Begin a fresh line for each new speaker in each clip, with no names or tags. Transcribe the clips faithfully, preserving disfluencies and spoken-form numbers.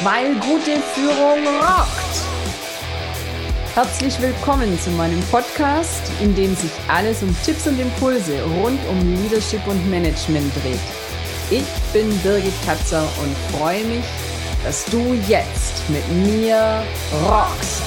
weil gute Führung rockt. Herzlich willkommen zu meinem Podcast, in dem sich alles um Tipps und Impulse rund um Leadership und Management dreht. Ich bin Birgit Katzer und freue mich, dass du jetzt mit mir rockst.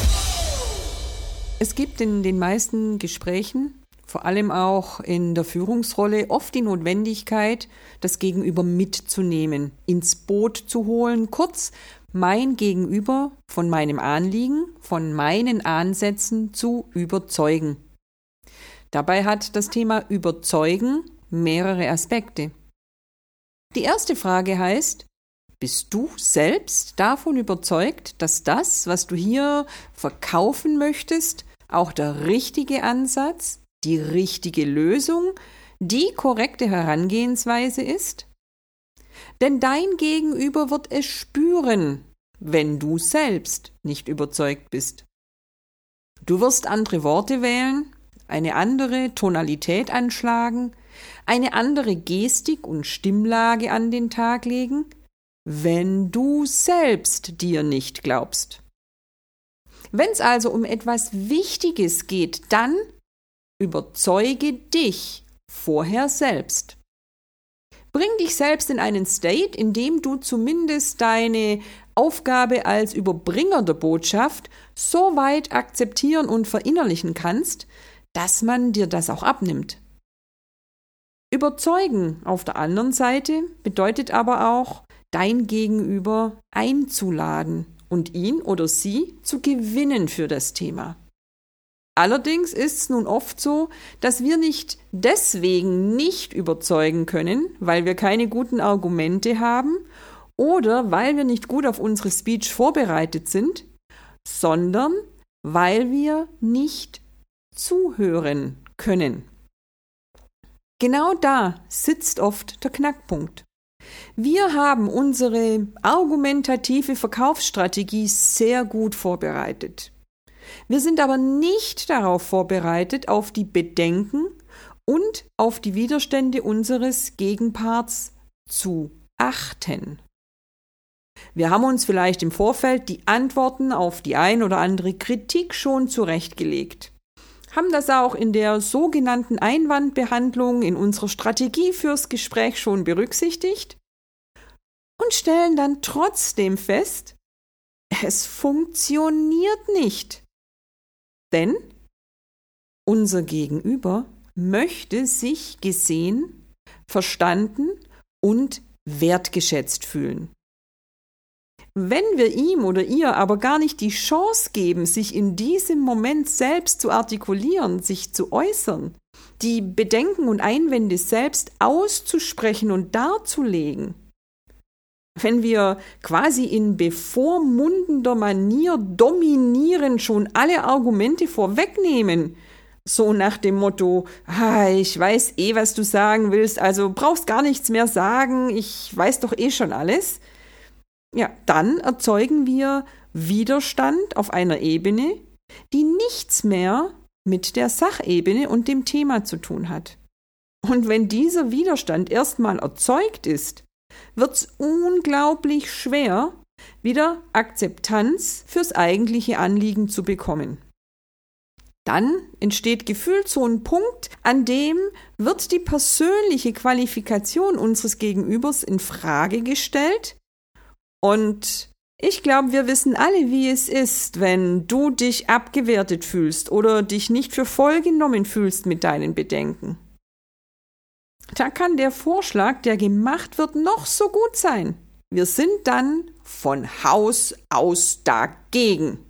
Es gibt in den meisten Gesprächen, vor allem auch in der Führungsrolle, oft die Notwendigkeit, das Gegenüber mitzunehmen, ins Boot zu holen, kurz mein Gegenüber von meinem Anliegen, von meinen Ansätzen zu überzeugen. Dabei hat das Thema Überzeugen mehrere Aspekte. Die erste Frage heißt: Bist du selbst davon überzeugt, dass das, was du hier verkaufen möchtest, auch der richtige Ansatz, die richtige Lösung, die korrekte Herangehensweise ist? Denn dein Gegenüber wird es spüren, wenn du selbst nicht überzeugt bist. Du wirst andere Worte wählen, eine andere Tonalität anschlagen, eine andere Gestik und Stimmlage an den Tag legen, wenn du selbst dir nicht glaubst. Wenn es also um etwas Wichtiges geht, dann überzeuge dich vorher selbst. Bring dich selbst in einen State, in dem du zumindest deine Aufgabe als Überbringer der Botschaft so weit akzeptieren und verinnerlichen kannst, dass man dir das auch abnimmt. Überzeugen auf der anderen Seite bedeutet aber auch, dein Gegenüber einzuladen und ihn oder sie zu gewinnen für das Thema. Allerdings ist es nun oft so, dass wir nicht deswegen nicht überzeugen können, weil wir keine guten Argumente haben oder weil wir nicht gut auf unsere Speech vorbereitet sind, sondern weil wir nicht zuhören können. Genau da sitzt oft der Knackpunkt. Wir haben unsere argumentative Verkaufsstrategie sehr gut vorbereitet. Wir sind aber nicht darauf vorbereitet, auf die Bedenken und auf die Widerstände unseres Gegenparts zu achten. Wir haben uns vielleicht im Vorfeld die Antworten auf die ein oder andere Kritik schon zurechtgelegt, haben das auch in der sogenannten Einwandbehandlung in unserer Strategie fürs Gespräch schon berücksichtigt und stellen dann trotzdem fest, es funktioniert nicht. Denn unser Gegenüber möchte sich gesehen, verstanden und wertgeschätzt fühlen. Wenn wir ihm oder ihr aber gar nicht die Chance geben, sich in diesem Moment selbst zu artikulieren, sich zu äußern, die Bedenken und Einwände selbst auszusprechen und darzulegen, wenn wir quasi in bevormundender Manier dominierend schon alle Argumente vorwegnehmen, so nach dem Motto, ah, ich weiß eh, was du sagen willst, also brauchst gar nichts mehr sagen, ich weiß doch eh schon alles, ja, dann erzeugen wir Widerstand auf einer Ebene, die nichts mehr mit der Sachebene und dem Thema zu tun hat. Und wenn dieser Widerstand erstmal erzeugt ist, wird es unglaublich schwer, wieder Akzeptanz fürs eigentliche Anliegen zu bekommen. Dann entsteht gefühlt so ein Punkt, an dem wird die persönliche Qualifikation unseres Gegenübers in Frage gestellt. Und ich glaube, wir wissen alle, wie es ist, wenn du dich abgewertet fühlst oder dich nicht für voll genommen fühlst mit deinen Bedenken. Da kann der Vorschlag, der gemacht wird, noch so gut sein. Wir sind dann von Haus aus dagegen.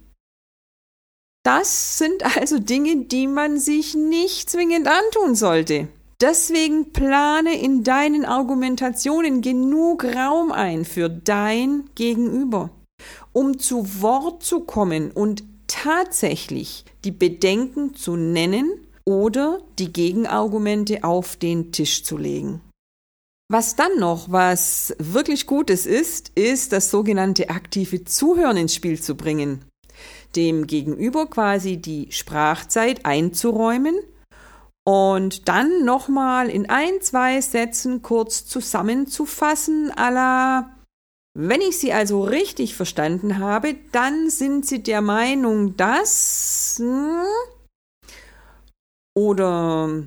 Das sind also Dinge, die man sich nicht zwingend antun sollte. Deswegen plane in deinen Argumentationen genug Raum ein für dein Gegenüber, um zu Wort zu kommen und tatsächlich die Bedenken zu nennen oder die Gegenargumente auf den Tisch zu legen. Was dann noch, was wirklich Gutes ist, ist das sogenannte aktive Zuhören ins Spiel zu bringen. Dem Gegenüber quasi die Sprachzeit einzuräumen und dann nochmal in ein, zwei Sätzen kurz zusammenzufassen, à la Wenn ich Sie also richtig verstanden habe, dann sind Sie der Meinung, dass hm, oder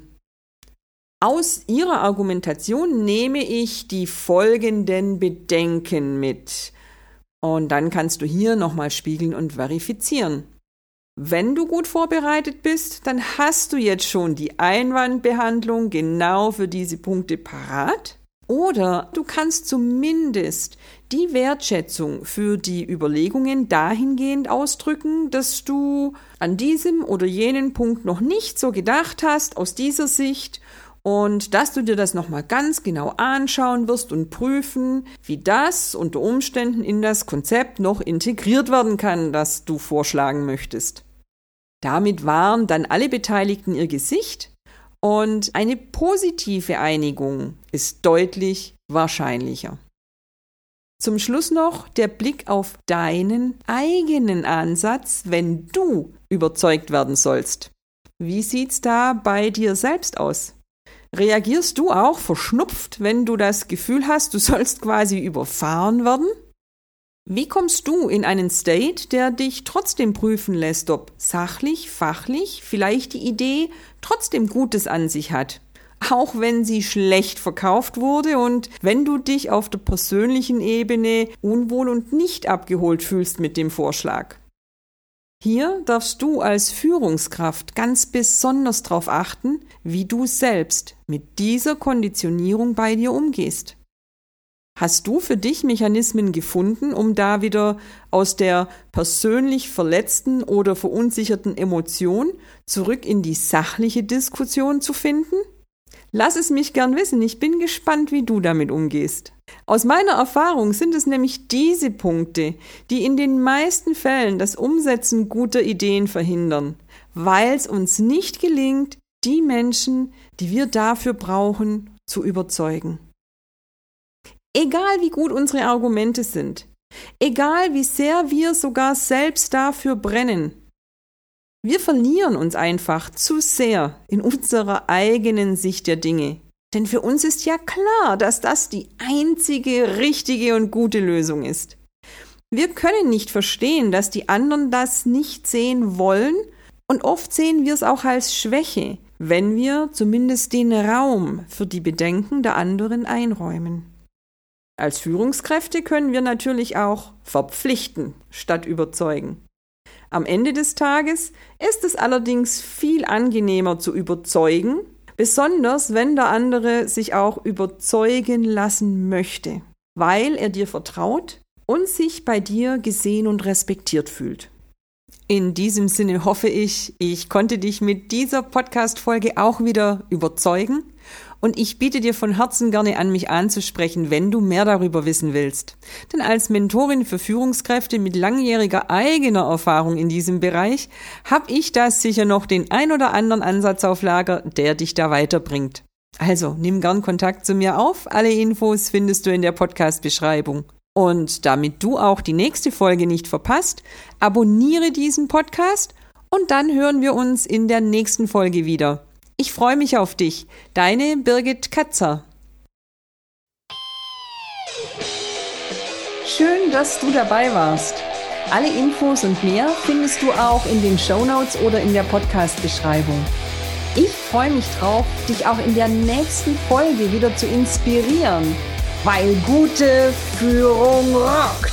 aus Ihrer Argumentation nehme ich die folgenden Bedenken mit. Und dann kannst du hier nochmal spiegeln und verifizieren. Wenn du gut vorbereitet bist, dann hast du jetzt schon die Einwandbehandlung genau für diese Punkte parat. Oder du kannst zumindest die Wertschätzung für die Überlegungen dahingehend ausdrücken, dass du an diesem oder jenen Punkt noch nicht so gedacht hast aus dieser Sicht und dass du dir das nochmal ganz genau anschauen wirst und prüfen, wie das unter Umständen in das Konzept noch integriert werden kann, das du vorschlagen möchtest. Damit wahren dann alle Beteiligten ihr Gesicht und eine positive Einigung ist deutlich wahrscheinlicher. Zum Schluss noch der Blick auf deinen eigenen Ansatz, wenn du überzeugt werden sollst. Wie sieht's da bei dir selbst aus? Reagierst du auch verschnupft, wenn du das Gefühl hast, du sollst quasi überfahren werden? Wie kommst du in einen State, der dich trotzdem prüfen lässt, ob sachlich, fachlich vielleicht die Idee trotzdem Gutes an sich hat, auch wenn sie schlecht verkauft wurde und wenn du dich auf der persönlichen Ebene unwohl und nicht abgeholt fühlst mit dem Vorschlag? Hier darfst du als Führungskraft ganz besonders darauf achten, wie du selbst mit dieser Konditionierung bei dir umgehst. Hast du für dich Mechanismen gefunden, um da wieder aus der persönlich verletzten oder verunsicherten Emotion zurück in die sachliche Diskussion zu finden? Lass es mich gern wissen, ich bin gespannt, wie du damit umgehst. Aus meiner Erfahrung sind es nämlich diese Punkte, die in den meisten Fällen das Umsetzen guter Ideen verhindern, weil es uns nicht gelingt, die Menschen, die wir dafür brauchen, zu überzeugen. Egal wie gut unsere Argumente sind, egal wie sehr wir sogar selbst dafür brennen, wir verlieren uns einfach zu sehr in unserer eigenen Sicht der Dinge. Denn für uns ist ja klar, dass das die einzige richtige und gute Lösung ist. Wir können nicht verstehen, dass die anderen das nicht sehen wollen und oft sehen wir es auch als Schwäche, wenn wir zumindest den Raum für die Bedenken der anderen einräumen. Als Führungskräfte können wir natürlich auch verpflichten statt überzeugen. Am Ende des Tages ist es allerdings viel angenehmer zu überzeugen, besonders wenn der andere sich auch überzeugen lassen möchte, weil er dir vertraut und sich bei dir gesehen und respektiert fühlt. In diesem Sinne hoffe ich, ich konnte dich mit dieser Podcast-Folge auch wieder überzeugen und ich biete dir von Herzen gerne an, mich anzusprechen, wenn du mehr darüber wissen willst. Denn als Mentorin für Führungskräfte mit langjähriger eigener Erfahrung in diesem Bereich habe ich da sicher noch den ein oder anderen Ansatz auf Lager, der dich da weiterbringt. Also nimm gern Kontakt zu mir auf. Alle Infos findest du in der Podcast-Beschreibung. Und damit du auch die nächste Folge nicht verpasst, abonniere diesen Podcast und dann hören wir uns in der nächsten Folge wieder. Ich freue mich auf dich. Deine Birgit Katzer. Schön, dass du dabei warst. Alle Infos und mehr findest du auch in den Shownotes oder in der Podcast-Beschreibung. Ich freue mich drauf, dich auch in der nächsten Folge wieder zu inspirieren, weil gute Führung rockt.